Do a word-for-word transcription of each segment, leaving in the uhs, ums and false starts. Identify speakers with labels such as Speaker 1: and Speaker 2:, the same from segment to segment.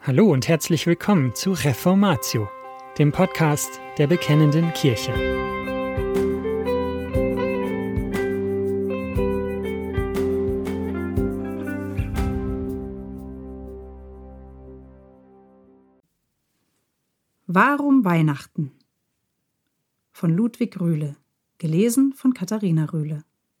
Speaker 1: Hallo und herzlich willkommen zu Reformatio, dem Podcast der Bekennenden Kirche.
Speaker 2: Warum Weihnachten? Von Ludwig Rühle, gelesen von Katharina Rühle.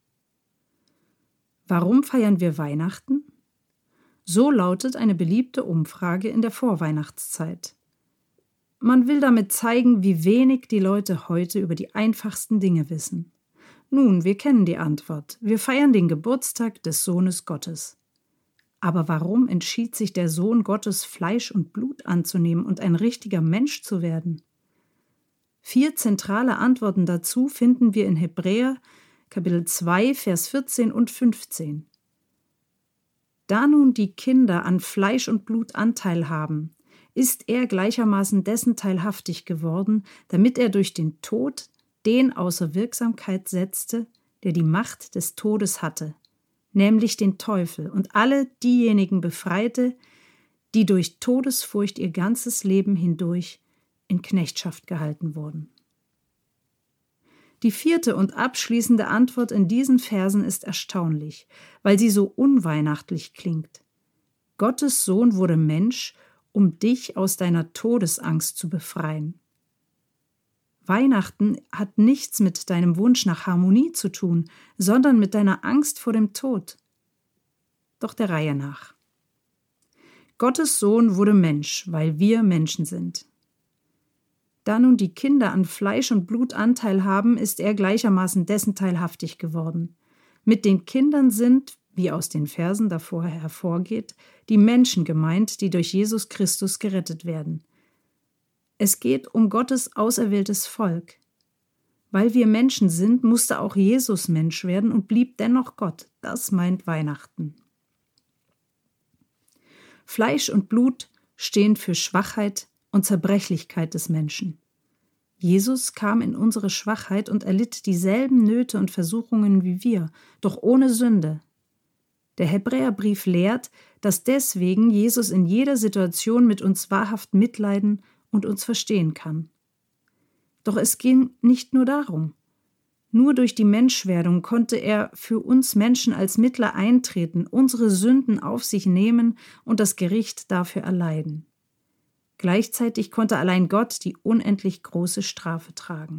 Speaker 2: Warum feiern wir Weihnachten? So lautet eine beliebte Umfrage in der Vorweihnachtszeit. Man will damit zeigen, wie wenig die Leute heute über die einfachsten Dinge wissen. Nun, wir kennen die Antwort. Wir feiern den Geburtstag des Sohnes Gottes. Aber warum entschied sich der Sohn Gottes, Fleisch und Blut anzunehmen und ein richtiger Mensch zu werden? Vier zentrale Antworten dazu finden wir in Hebräer, Kapitel zwei, Vers vierzehn und fünfzehn. Da nun die Kinder an Fleisch und Blut Anteil haben, ist er gleichermaßen dessen teilhaftig geworden, damit er durch den Tod den außer Wirksamkeit setzte, der die Macht des Todes hatte, nämlich den Teufel, und alle diejenigen befreite, die durch Todesfurcht ihr ganzes Leben hindurch in Knechtschaft gehalten wurden. Die vierte und abschließende Antwort in diesen Versen ist erstaunlich, weil sie so unweihnachtlich klingt. Gottes Sohn wurde Mensch, um dich aus deiner Todesangst zu befreien. Weihnachten hat nichts mit deinem Wunsch nach Harmonie zu tun, sondern mit deiner Angst vor dem Tod. Doch der Reihe nach. Gottes Sohn wurde Mensch, weil wir Menschen sind. Da nun die Kinder an Fleisch und Blut Anteil haben, ist er gleichermaßen dessen teilhaftig geworden. Mit den Kindern sind, wie aus den Versen davor hervorgeht, die Menschen gemeint, die durch Jesus Christus gerettet werden. Es geht um Gottes auserwähltes Volk. Weil wir Menschen sind, musste auch Jesus Mensch werden und blieb dennoch Gott. Das meint Weihnachten. Fleisch und Blut stehen für Schwachheit und Zerbrechlichkeit des Menschen. Jesus kam in unsere Schwachheit und erlitt dieselben Nöte und Versuchungen wie wir, doch ohne Sünde. Der Hebräerbrief lehrt, dass deswegen Jesus in jeder Situation mit uns wahrhaft mitleiden und uns verstehen kann. Doch es ging nicht nur darum. Nur durch die Menschwerdung konnte er für uns Menschen als Mittler eintreten, unsere Sünden auf sich nehmen und das Gericht dafür erleiden. Gleichzeitig konnte allein Gott die unendlich große Strafe tragen.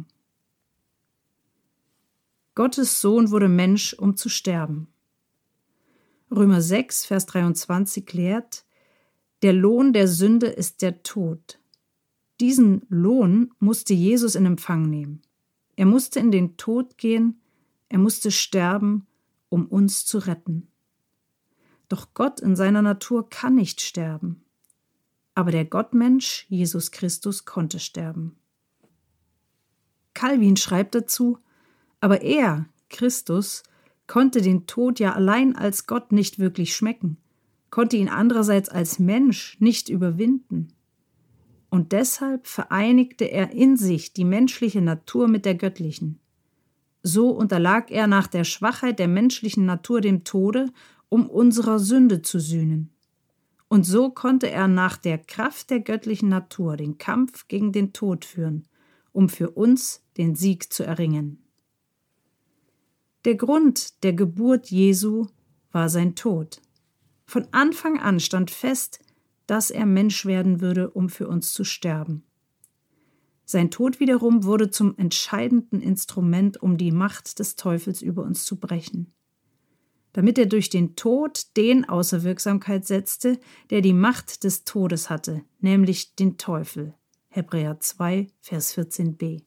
Speaker 2: Gottes Sohn wurde Mensch, um zu sterben. Römer sechs, Vers dreiundzwanzig lehrt, der Lohn der Sünde ist der Tod. Diesen Lohn musste Jesus in Empfang nehmen. Er musste in den Tod gehen, er musste sterben, um uns zu retten. Doch Gott in seiner Natur kann nicht sterben. Aber der Gottmensch, Jesus Christus, konnte sterben. Calvin schreibt dazu, aber er, Christus, konnte den Tod ja allein als Gott nicht wirklich schmecken, konnte ihn andererseits als Mensch nicht überwinden. Und deshalb vereinigte er in sich die menschliche Natur mit der göttlichen. So unterlag er nach der Schwachheit der menschlichen Natur dem Tode, um unserer Sünde zu sühnen. Und so konnte er nach der Kraft der göttlichen Natur den Kampf gegen den Tod führen, um für uns den Sieg zu erringen. Der Grund der Geburt Jesu war sein Tod. Von Anfang an stand fest, dass er Mensch werden würde, um für uns zu sterben. Sein Tod wiederum wurde zum entscheidenden Instrument, um die Macht des Teufels über uns zu brechen. Damit er durch den Tod den außer Wirksamkeit setzte, der die Macht des Todes hatte, nämlich den Teufel. Hebräer zwei, Vers vierzehn b.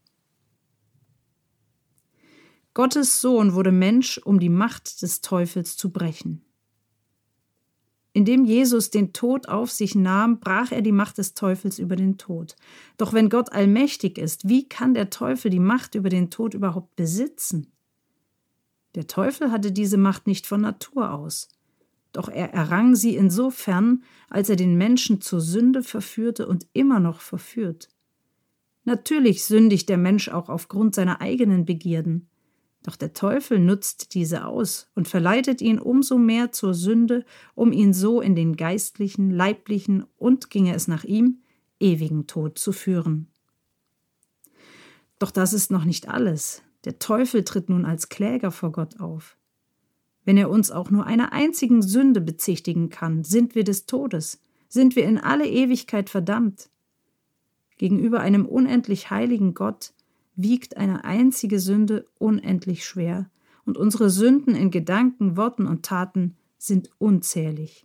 Speaker 2: Gottes Sohn wurde Mensch, um die Macht des Teufels zu brechen. Indem Jesus den Tod auf sich nahm, brach er die Macht des Teufels über den Tod. Doch wenn Gott allmächtig ist, wie kann der Teufel die Macht über den Tod überhaupt besitzen? Der Teufel hatte diese Macht nicht von Natur aus. Doch er errang sie insofern, als er den Menschen zur Sünde verführte und immer noch verführt. Natürlich sündigt der Mensch auch aufgrund seiner eigenen Begierden. Doch der Teufel nutzt diese aus und verleitet ihn umso mehr zur Sünde, um ihn so in den geistlichen, leiblichen und, ginge es nach ihm, ewigen Tod zu führen. Doch das ist noch nicht alles. Der Teufel tritt nun als Kläger vor Gott auf. Wenn er uns auch nur einer einzigen Sünde bezichtigen kann, sind wir des Todes, sind wir in alle Ewigkeit verdammt. Gegenüber einem unendlich heiligen Gott wiegt eine einzige Sünde unendlich schwer, und unsere Sünden in Gedanken, Worten und Taten sind unzählig.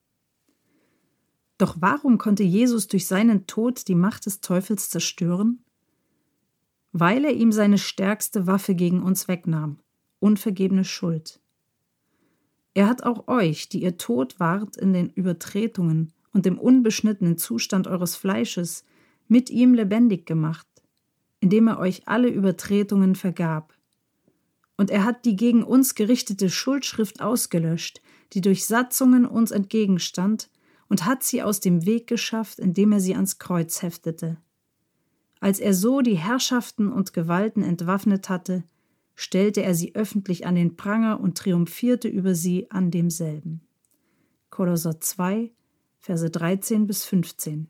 Speaker 2: Doch warum konnte Jesus durch seinen Tod die Macht des Teufels zerstören? Weil er ihm seine stärkste Waffe gegen uns wegnahm, unvergebene Schuld. Er hat auch euch, die ihr tot wart in den Übertretungen und dem unbeschnittenen Zustand eures Fleisches, mit ihm lebendig gemacht, indem er euch alle Übertretungen vergab. Und er hat die gegen uns gerichtete Schuldschrift ausgelöscht, die durch Satzungen uns entgegenstand, und hat sie aus dem Weg geschafft, indem er sie ans Kreuz heftete. Als er so die Herrschaften und Gewalten entwaffnet hatte, stellte er sie öffentlich an den Pranger und triumphierte über sie an demselben. Kolosser zwei, Verse dreizehn bis fünfzehn.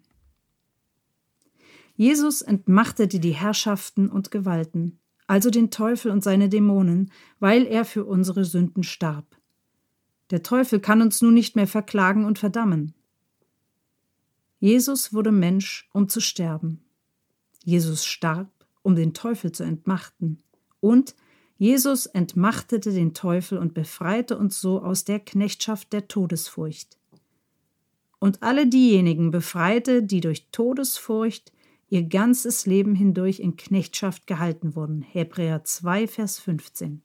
Speaker 2: Jesus entmachtete die Herrschaften und Gewalten, also den Teufel und seine Dämonen, weil er für unsere Sünden starb. Der Teufel kann uns nun nicht mehr verklagen und verdammen. Jesus wurde Mensch, um zu sterben. Jesus starb, um den Teufel zu entmachten. Und Jesus entmachtete den Teufel und befreite uns so aus der Knechtschaft der Todesfurcht. Und alle diejenigen befreite, die durch Todesfurcht ihr ganzes Leben hindurch in Knechtschaft gehalten wurden. Hebräer zwei, Vers fünfzehn.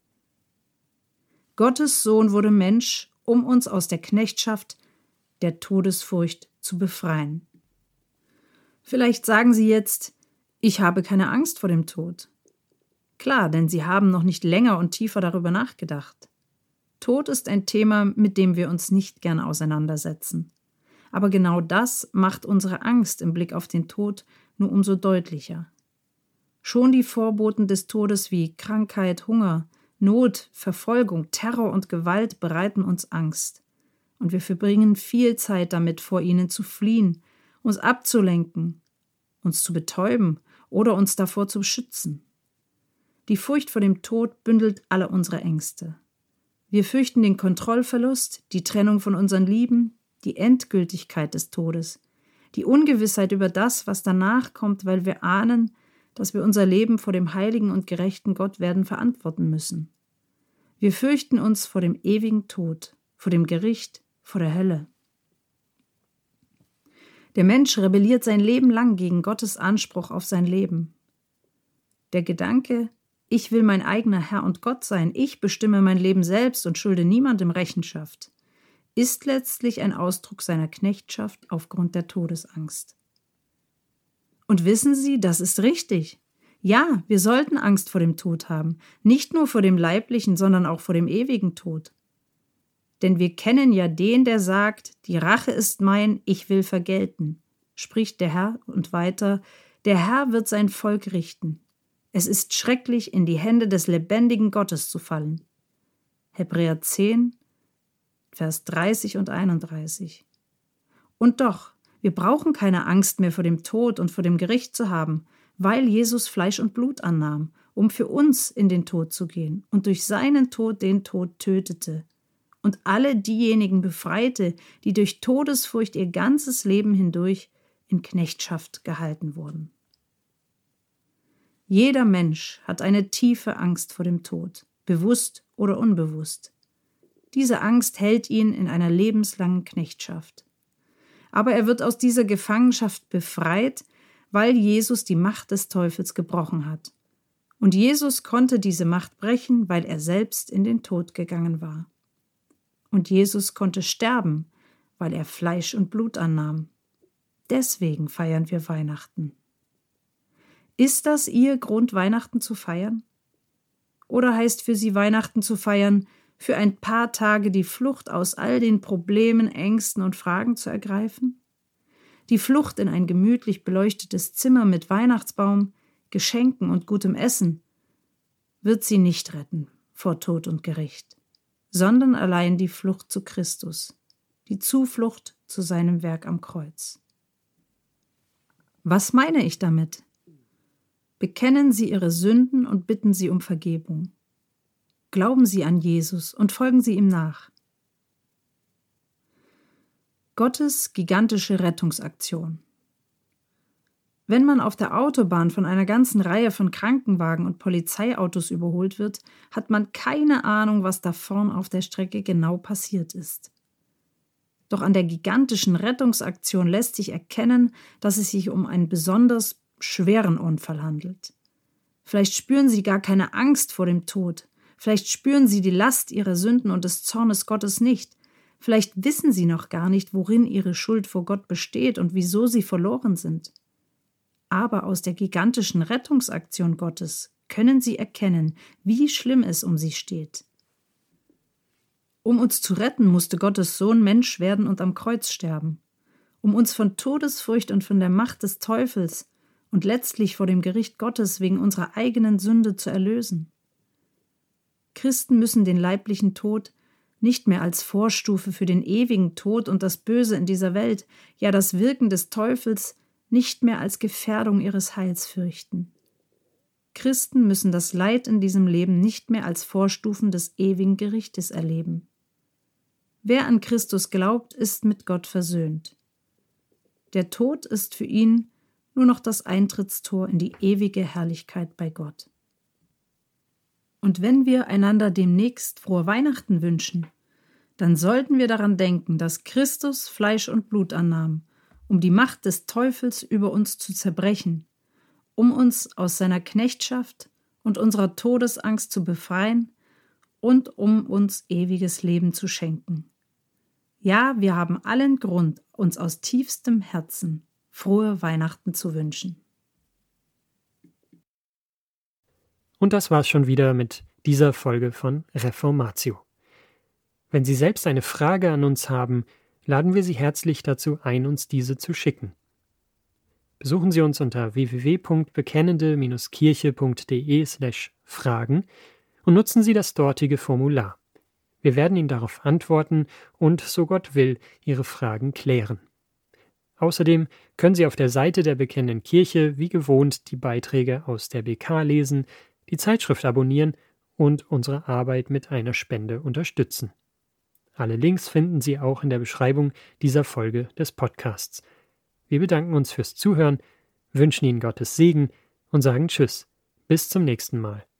Speaker 2: Gottes Sohn wurde Mensch, um uns aus der Knechtschaft der Todesfurcht zu befreien. Vielleicht sagen Sie jetzt, ich habe keine Angst vor dem Tod. Klar, denn Sie haben noch nicht länger und tiefer darüber nachgedacht. Tod ist ein Thema, mit dem wir uns nicht gern auseinandersetzen. Aber genau das macht unsere Angst im Blick auf den Tod nur umso deutlicher. Schon die Vorboten des Todes wie Krankheit, Hunger, Not, Verfolgung, Terror und Gewalt bereiten uns Angst. Und wir verbringen viel Zeit damit, vor ihnen zu fliehen, uns abzulenken, uns zu betäuben oder uns davor zu schützen. Die Furcht vor dem Tod bündelt alle unsere Ängste. Wir fürchten den Kontrollverlust, die Trennung von unseren Lieben, die Endgültigkeit des Todes, die Ungewissheit über das, was danach kommt, weil wir ahnen, dass wir unser Leben vor dem heiligen und gerechten Gott werden verantworten müssen. Wir fürchten uns vor dem ewigen Tod, vor dem Gericht, vor der Hölle. Der Mensch rebelliert sein Leben lang gegen Gottes Anspruch auf sein Leben. Der Gedanke, ich will mein eigener Herr und Gott sein, ich bestimme mein Leben selbst und schulde niemandem Rechenschaft, ist letztlich ein Ausdruck seiner Knechtschaft aufgrund der Todesangst. Und wissen Sie, das ist richtig. Ja, wir sollten Angst vor dem Tod haben, nicht nur vor dem leiblichen, sondern auch vor dem ewigen Tod. Denn wir kennen ja den, der sagt, die Rache ist mein, ich will vergelten, spricht der Herr und weiter, der Herr wird sein Volk richten. Es ist schrecklich, in die Hände des lebendigen Gottes zu fallen. Hebräer zehn, Vers dreißig und einunddreißig. Und doch, wir brauchen keine Angst mehr vor dem Tod und vor dem Gericht zu haben, weil Jesus Fleisch und Blut annahm, um für uns in den Tod zu gehen und durch seinen Tod den Tod tötete und alle diejenigen befreite, die durch Todesfurcht ihr ganzes Leben hindurch in Knechtschaft gehalten wurden. Jeder Mensch hat eine tiefe Angst vor dem Tod, bewusst oder unbewusst. Diese Angst hält ihn in einer lebenslangen Knechtschaft. Aber er wird aus dieser Gefangenschaft befreit, weil Jesus die Macht des Teufels gebrochen hat. Und Jesus konnte diese Macht brechen, weil er selbst in den Tod gegangen war. Und Jesus konnte sterben, weil er Fleisch und Blut annahm. Deswegen feiern wir Weihnachten. Ist das Ihr Grund, Weihnachten zu feiern? Oder heißt für Sie Weihnachten zu feiern, für ein paar Tage die Flucht aus all den Problemen, Ängsten und Fragen zu ergreifen? Die Flucht in ein gemütlich beleuchtetes Zimmer mit Weihnachtsbaum, Geschenken und gutem Essen wird sie nicht retten vor Tod und Gericht, sondern allein die Flucht zu Christus, die Zuflucht zu seinem Werk am Kreuz. Was meine ich damit? Bekennen Sie Ihre Sünden und bitten Sie um Vergebung. Glauben Sie an Jesus und folgen Sie ihm nach. Gottes gigantische Rettungsaktion. Wenn man auf der Autobahn von einer ganzen Reihe von Krankenwagen und Polizeiautos überholt wird, hat man keine Ahnung, was da vorn auf der Strecke genau passiert ist. Doch an der gigantischen Rettungsaktion lässt sich erkennen, dass es sich um einen besonders schweren Unfall handelt. Vielleicht spüren Sie gar keine Angst vor dem Tod. Vielleicht spüren Sie die Last Ihrer Sünden und des Zornes Gottes nicht. Vielleicht wissen Sie noch gar nicht, worin Ihre Schuld vor Gott besteht und wieso Sie verloren sind. Aber aus der gigantischen Rettungsaktion Gottes können Sie erkennen, wie schlimm es um Sie steht. Um uns zu retten, musste Gottes Sohn Mensch werden und am Kreuz sterben. Um uns von Todesfurcht und von der Macht des Teufels und letztlich vor dem Gericht Gottes wegen unserer eigenen Sünde zu erlösen. Christen müssen den leiblichen Tod nicht mehr als Vorstufe für den ewigen Tod und das Böse in dieser Welt, ja das Wirken des Teufels, nicht mehr als Gefährdung ihres Heils fürchten. Christen müssen das Leid in diesem Leben nicht mehr als Vorstufen des ewigen Gerichtes erleben. Wer an Christus glaubt, ist mit Gott versöhnt. Der Tod ist für ihn nur noch das Eintrittstor in die ewige Herrlichkeit bei Gott. Und wenn wir einander demnächst frohe Weihnachten wünschen, dann sollten wir daran denken, dass Christus Fleisch und Blut annahm, um die Macht des Teufels über uns zu zerbrechen, um uns aus seiner Knechtschaft und unserer Todesangst zu befreien und um uns ewiges Leben zu schenken. Ja, wir haben allen Grund, uns aus tiefstem Herzen frohe Weihnachten zu wünschen.
Speaker 1: Und das war's schon wieder mit dieser Folge von Reformatio. Wenn Sie selbst eine Frage an uns haben, laden wir Sie herzlich dazu ein, uns diese zu schicken. Besuchen Sie uns unter w w w punkt bekennende Bindestrich kirche punkt d e slash fragen und nutzen Sie das dortige Formular. Wir werden Ihnen darauf antworten und, so Gott will, Ihre Fragen klären. Außerdem können Sie auf der Seite der Bekennenden Kirche wie gewohnt die Beiträge aus der B K lesen, die Zeitschrift abonnieren und unsere Arbeit mit einer Spende unterstützen. Alle Links finden Sie auch in der Beschreibung dieser Folge des Podcasts. Wir bedanken uns fürs Zuhören, wünschen Ihnen Gottes Segen und sagen Tschüss, bis zum nächsten Mal.